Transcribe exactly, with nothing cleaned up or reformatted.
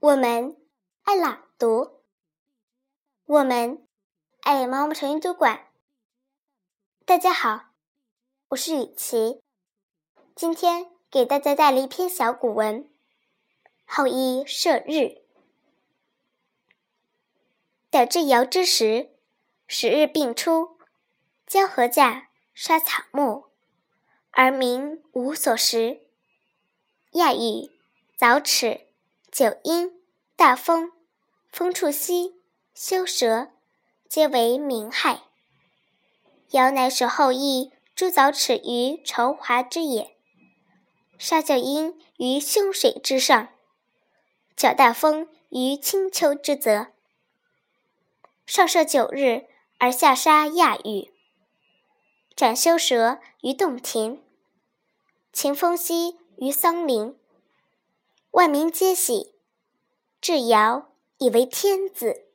我们爱朗读，我们爱毛毛虫阅读馆。大家好，我是雨琪，今天给大家带来一篇小古文《后羿射日》。得之尧之时，十日并出，交禾稼，杀草木，而民无所食。亚雨、早齿、九阴、大风、风触犀、修舌，皆为民害。尧乃使后羿诛早齿于仇华之野，杀九阴于凶水之上，剿大风于青丘之泽。上射九日，而下杀亚羽，斩修舌于洞庭，秦风息于桑林。万民皆喜，至尧以为天子。